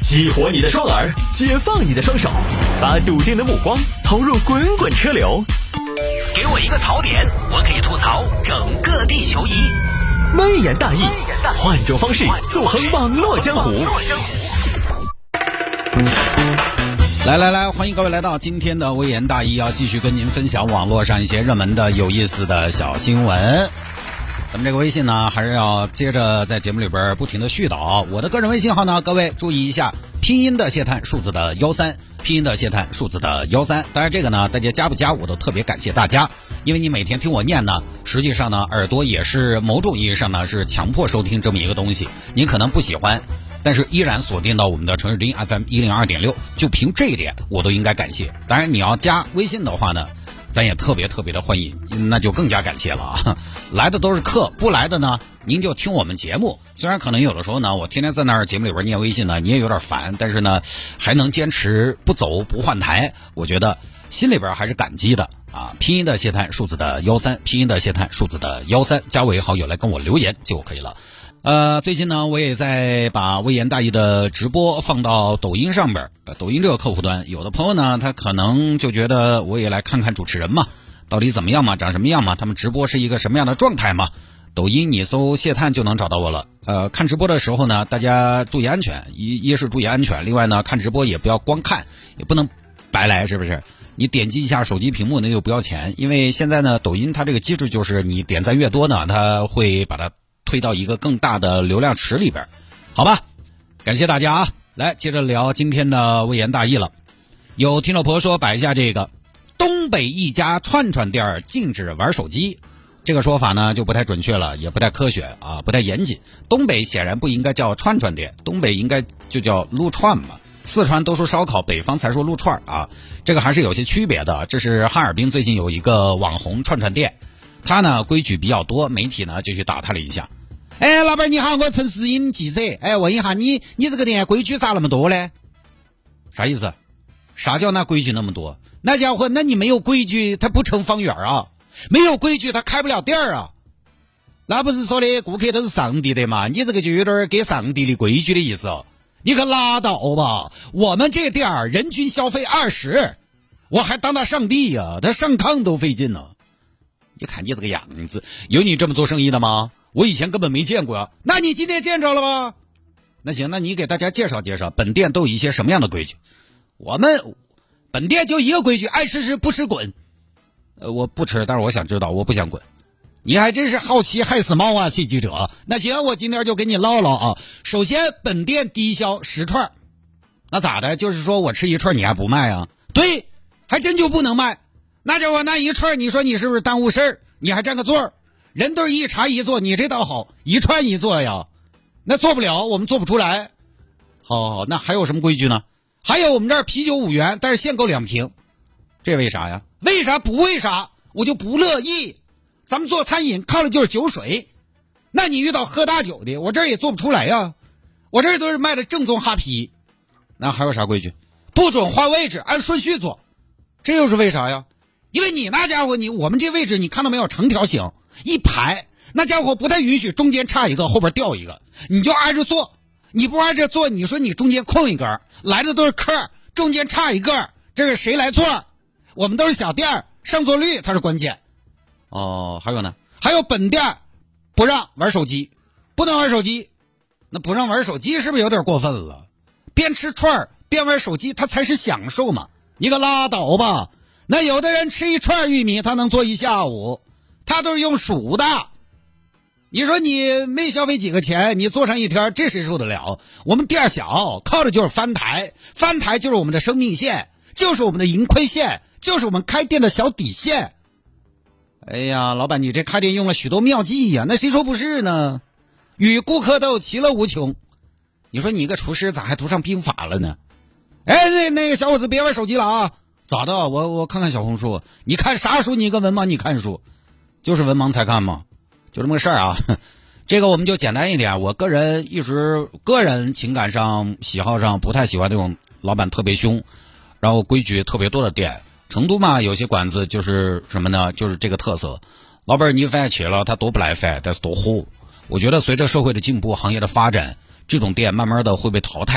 激活你的双耳，解放你的双手，把笃定的目光投入滚滚车流。 给我一个槽点，我可以吐槽整个地球仪。 微言大义，换种方式纵横网络江湖。 来，欢迎各位来到今天的微言大义，要继续跟您分享网络上一些热门的有意思的小新闻。咱们这个微信呢，还是要接着在节目里边不停的絮叨。我的个人微信号呢，各位注意一下，拼音的谢探，数字的13，拼音的谢探，数字的13。当然这个呢，大家加不加我都特别感谢大家，因为你每天听我念呢，实际上呢，耳朵也是某种意义上呢是强迫收听这么一个东西。您可能不喜欢，但是依然锁定到我们的城市之音 FM 102.6，就凭这一点我都应该感谢。当然你要加微信的话呢，咱也特别的欢迎，那就更加感谢了啊！来的都是客，不来的呢，您就听我们节目。虽然可能有的时候呢，我天天在那儿节目里边念微信呢，你也有点烦，但是呢，还能坚持不走不换台，我觉得心里边还是感激的啊！拼音的谢探，数字的13，拼音的谢探，数字的13，加为好友来跟我留言就可以了。最近呢，我也在把微言大义的直播放到抖音上边，抖音这个客户端，有的朋友呢，他可能就觉得我也来看看主持人嘛，到底怎么样嘛，长什么样嘛，他们直播是一个什么样的状态嘛。抖音你搜谢探就能找到我了。看直播的时候呢，大家注意安全，一是注意安全，另外呢，看直播也不要光看，也不能白来，是不是？你点击一下手机屏幕那就不要钱，因为现在呢，抖音它这个机制就是你点赞越多呢，它会把它推到一个更大的流量池里边，好吧？感谢大家啊！来接着聊今天的微言大义了。有听众朋友说摆一下这个东北一家串串店禁止玩手机，这个说法呢就不太准确了，也不太科学啊，不太严谨。东北显然不应该叫串串店，东北应该就叫撸串嘛。四川都说烧烤，北方才说撸串啊，这个还是有些区别的。这是哈尔滨最近有一个网红串串店，他呢规矩比较多，媒体呢就去打他了一下。哎，老板你好，我陈思颖记者。哎，问一下你这个店规矩咋那么多呢？啥意思？啥叫那规矩那么多？那家伙，那你没有规矩，他不成方圆啊！没有规矩，他开不了店啊！那不是说的顾客都是上帝的嘛？你这个就有点给上帝的规矩的意思哦。你可拉倒吧！我们这店人均消费20，我还当他上帝呀，他上炕都费劲呢。你看你这个样子，有你这么做生意的吗？我以前根本没见过啊。那你今天见着了吗？那行，那你给大家介绍介绍本店都有一些什么样的规矩。我们本店就一个规矩，爱吃吃不吃滚。我不吃，但是我想知道，我不想滚。你还真是好奇害死猫啊，谢记者。那行，我今天就给你唠唠啊。首先，本店低消10串。那咋的？就是说我吃一串你还不卖啊？对，还真就不能卖。那家伙那一串，你说你是不是耽误事儿？你还占个座儿？人都是一茶一座，你这倒好，一串一座呀。那做不了，我们做不出来。好，那还有什么规矩呢？还有我们这儿啤酒5元，但是限购2瓶。这为啥呀？为啥不为啥？我就不乐意。咱们做餐饮靠的就是酒水，那你遇到喝大酒的，我这儿也做不出来呀。我这儿都是卖的正宗哈啤。那还有啥规矩？不准换位置，按顺序坐。这又是为啥呀？因为你那家伙，我们这位置你看到没有，成条形一排，那家伙不太允许中间差一个后边掉一个，你就挨着坐。你不挨着坐，你说你中间空一根，来的都是客，中间差一个，这是谁来坐？我们都是小店，上座率它是关键。哦，还有呢？还有本店不让玩手机，不能玩手机。那不让玩手机是不是有点过分了？边吃串边玩手机，它才是享受嘛！你可拉倒吧！那有的人吃一串玉米，他能做一下午，他都是用数的。你说你没消费几个钱，你做上一天，这谁受得了？我们店小，靠的就是翻台，翻台就是我们的生命线，就是我们的盈亏线，就是我们开店的小底线。哎呀，老板，你这开店用了许多妙计呀，那谁说不是呢？与顾客斗，其乐无穷。你说你一个厨师咋还读上兵法了呢？哎，那个小伙子别玩手机了啊！咋的？我看看小红书。你看啥书？你一个文盲，你看书，就是文盲才看嘛，就这么个事儿啊。这个我们就简单一点。我个人情感上、喜好上不太喜欢这种老板特别凶，然后规矩特别多的店。成都嘛，有些馆子就是什么呢？就是这个特色。老板你饭去了，他多不来饭，但是多火。我觉得随着社会的进步，行业的发展，这种店慢慢的会被淘汰。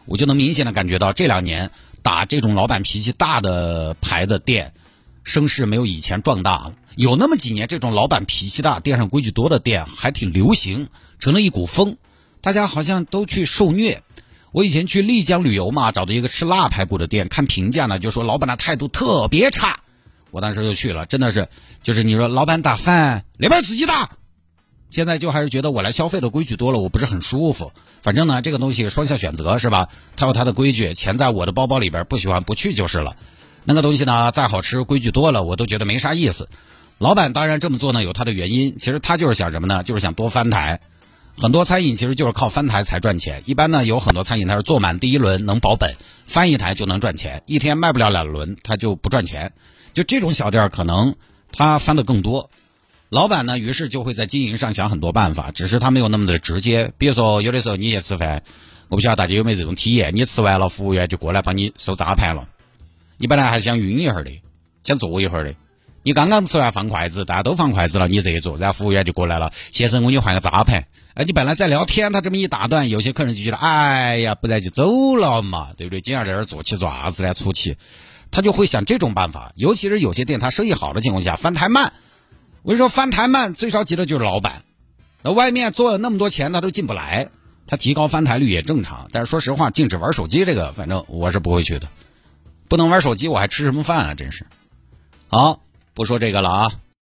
我就能明显的感觉到这2年打这种老板脾气大的牌的店，声势没有以前壮大了。有那么几年，这种老板脾气大、店上规矩多的店还挺流行，成了一股风，大家好像都去受虐。我以前去丽江旅游嘛，找到一个吃腊排骨的店，看评价呢，就说老板的态度特别差。我当时就去了，真的是，就是你说老板打饭，那边自己打。现在就还是觉得我来消费的规矩多了，我不是很舒服。反正呢，这个东西双向选择是吧？它有它的规矩，钱在我的包包里边，不喜欢不去就是了。那个东西呢，再好吃，规矩多了，我都觉得没啥意思。老板当然这么做呢，有他的原因。其实他就是想什么呢？就是想多翻台。很多餐饮其实就是靠翻台才赚钱。一般呢，有很多餐饮它是做满第1轮能保本，翻一台就能赚钱，一天卖不了2轮，他就不赚钱。就这种小店可能他翻的更多。老板呢，于是就会在经营上想很多办法，只是他没有那么的直接。比如说，有的时候你也吃饭，我不晓得大家有没有这种体验，你吃完了，服务员就过来帮你收杂盘了。你本来还想晕一会儿的，想坐一会儿的，你刚刚吃完放筷子，大家都放筷子了，你这一坐，然后服务员就过来了，先生，我给你换个杂盘。你本来在聊天，他这么一打断，有些客人就觉得，哎呀，不然就走了嘛，对不对？今儿在这儿坐起做啥子来出气，他就会想这种办法。尤其是有些店他生意好的情况下，翻台慢。我跟你说，翻台慢最着急的就是老板，那外面做了那么多钱，他都进不来，他提高翻台率也正常。但是说实话，禁止玩手机这个，反正我是不会去的。不能玩手机，我还吃什么饭啊？真是。好，不说这个了啊。